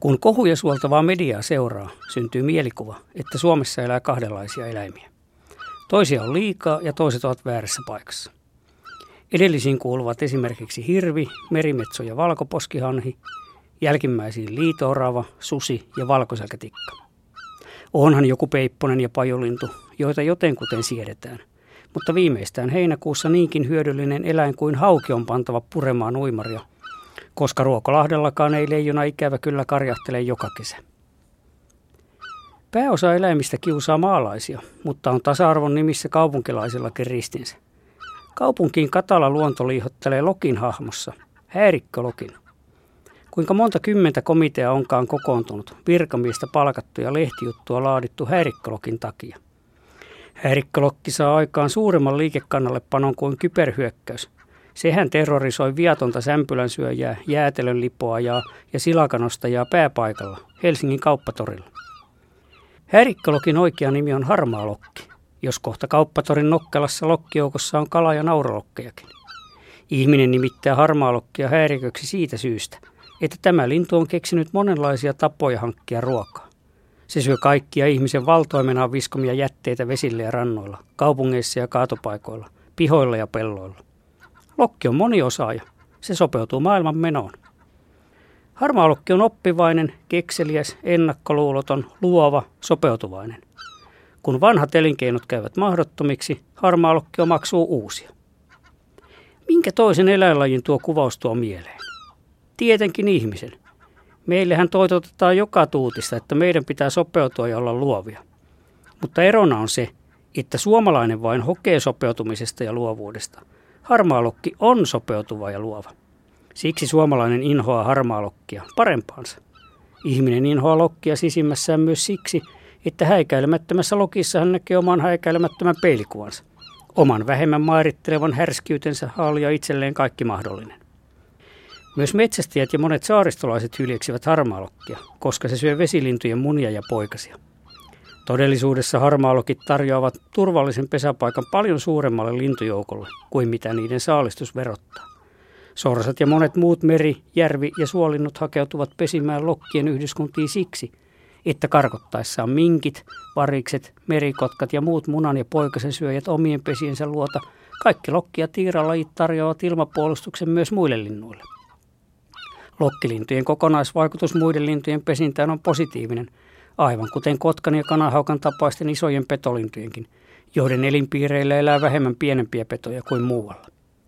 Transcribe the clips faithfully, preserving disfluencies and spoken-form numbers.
Kun kohuja suoltavaa mediaa seuraa, syntyy mielikuva, että Suomessa elää kahdenlaisia eläimiä. Toisia on liikaa ja toiset ovat väärässä paikassa. Edellisiin kuuluvat esimerkiksi hirvi, merimetso ja valkoposkihanhi, jälkimmäisiin liito-orava, susi ja valkoselkätikka. Onhan joku peipponen ja pajulintu, joita jotenkuten siedetään, mutta viimeistään heinäkuussa niinkin hyödyllinen eläin kuin hauki on pantava puremaan uimaria, koska Ruokolahdellakaan ei leijona ikävä kyllä karjahtele joka kesä. Pääosa eläimistä kiusaa maalaisia, mutta on tasa-arvon nimissä kaupunkilaisillakin ristinsä. Kaupunkiin katala luonto liihottelee Lokin hahmossa, häirikkölokin. Kuinka monta kymmentä komitea onkaan kokoontunut, virkamiestä palkattu ja lehtijuttua laadittu häirikkolokin takia. Häirikkölokki saa aikaan suuremman liikekannallepanon kuin kyberhyökkäys. Sehän terrorisoi viatonta sämpylänsyöjää, jäätelön lipoajaa ja silakanostajaa pääpaikalla, Helsingin kauppatorilla. Häirikkolokin oikea nimi on harmaalokki, jos kohta kauppatorin nokkelassa lokkijoukossa on kala- ja nauralokkejakin. Ihminen nimittää harmaalokkia häiriköksi siitä syystä, että tämä lintu on keksinyt monenlaisia tapoja hankkia ruokaa. Se syö kaikkia ihmisen valtoimenaan viskomia jätteitä vesille ja rannoilla, kaupungeissa ja kaatopaikoilla, pihoilla ja pelloilla. Lokki on moniosaaja. Se sopeutuu maailman menoon. Harmaalokki on oppivainen, kekseliäs, ennakkoluuloton, luova, sopeutuvainen. Kun vanhat elinkeinot käyvät mahdottomiksi, harmaalokki omaksuu uusia. Minkä toisen eläinlajin tuo kuvaus tuo mieleen? Tietenkin ihmisen. Meillähän toitotetaan joka tuutista, että meidän pitää sopeutua ja olla luovia. Mutta erona on se, että suomalainen vain hokee sopeutumisesta ja luovuudesta. Harmaalokki on sopeutuva ja luova. Siksi suomalainen inhoaa harmaalokkia parempaansa. Ihminen inhoaa lokkia sisimmässään myös siksi, että häikäilemättömässä lokissa hän näkee oman häikäilemättömän peilikuvansa. Oman vähemmän mairittelevan härskiytensä haalia itselleen kaikki mahdollinen. Myös metsästäjät ja monet saaristolaiset hyljeksivät harmaalokkia, koska se syö vesilintujen munia ja poikasia. Todellisuudessa harmaalokit tarjoavat turvallisen pesäpaikan paljon suuremmalle lintujoukolle kuin mitä niiden saalistus verottaa. Sorsat ja monet muut meri-, järvi- ja suolinnut hakeutuvat pesimään lokkien yhdyskuntiin siksi, että karkottaessaan minkit, varikset, merikotkat ja muut munan- ja poikasen syöjät omien pesiensä luota, kaikki lokki- ja tiiralajit tarjoavat ilmapuolustuksen myös muille linnuille. Lokkilintujen kokonaisvaikutus muiden lintujen pesintään on positiivinen, aivan kuten kotkan ja kanahaukan tapaisten isojen petolintujenkin, joiden elinpiireillä elää vähemmän pienempiä petoja kuin muualla.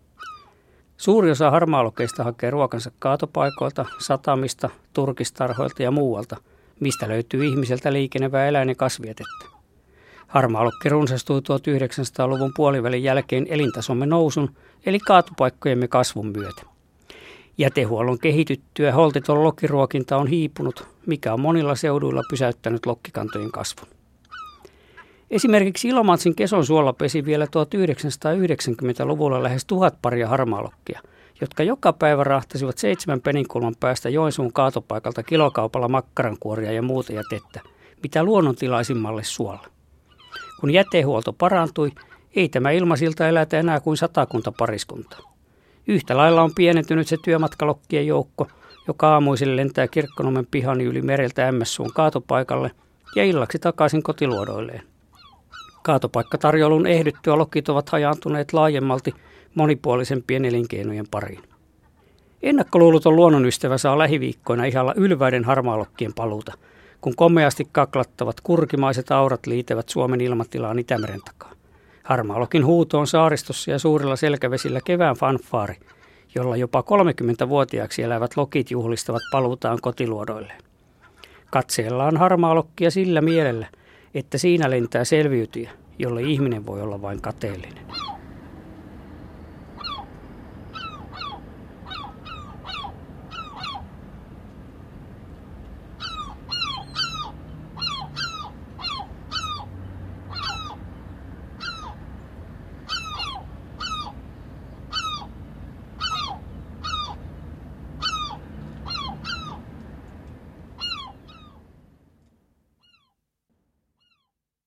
Suuri osa harmaalokeista hakee ruokansa kaatopaikoilta, satamista, turkistarhoilta ja muualta, mistä löytyy ihmiseltä liikenevää eläin- ja kasvietettä. Harmaalokki runsastui tuhatyhdeksänsataaluvun puolivälin jälkeen elintasomme nousun, eli kaatopaikkojemme kasvun myötä. Jätehuollon kehityttyä holtiton lokkiruokinta on hiipunut, mikä on monilla seuduilla pysäyttänyt lokkikantojen kasvun. Esimerkiksi Ilomantsin Kesonsuolla pesi vielä tuhatyhdeksänsataayhdeksänkymmentäluvulla lähes tuhat paria harmaalokkia, jotka joka päivä rahtasivat seitsemän peninkulman päästä Joensuun kaatopaikalta kilokaupalla makkarankuoria ja muuta jätettä, mitä luonnontilaisimmalle suolle. Kun jätehuolto parantui, ei tämä ilmasilta elätä enää kuin satakunta pariskuntaa. Yhtä lailla on pienentynyt se työmatkalokkien joukko, joka aamuisille lentää Kirkkonummen pihani yli mereltä Ämmässuon kaatopaikalle ja illaksi takaisin kotiluodoilleen. Kaatopaikkatarjoulun ehdyttyä lokit ovat hajaantuneet laajemmalti monipuolisempien elinkeinojen pariin. Ennakkoluuloton luonnonystävä saa lähiviikkoina ihalla ylväiden harmaalokkien paluuta, kun komeasti kaklattavat kurkimaiset aurat liitevät Suomen ilmatilaan Itämeren takaa. Harmaalokin huuto on saaristossa ja suurilla selkävesillä kevään fanfaari, jolla jopa kolmekymmentävuotiaaksi elävät lokit juhlistavat paluutaan kotiluodoilleen. Katseellaan harmaalokkia sillä mielellä, että siinä lentää selviytyjä, jolle ihminen voi olla vain kateellinen.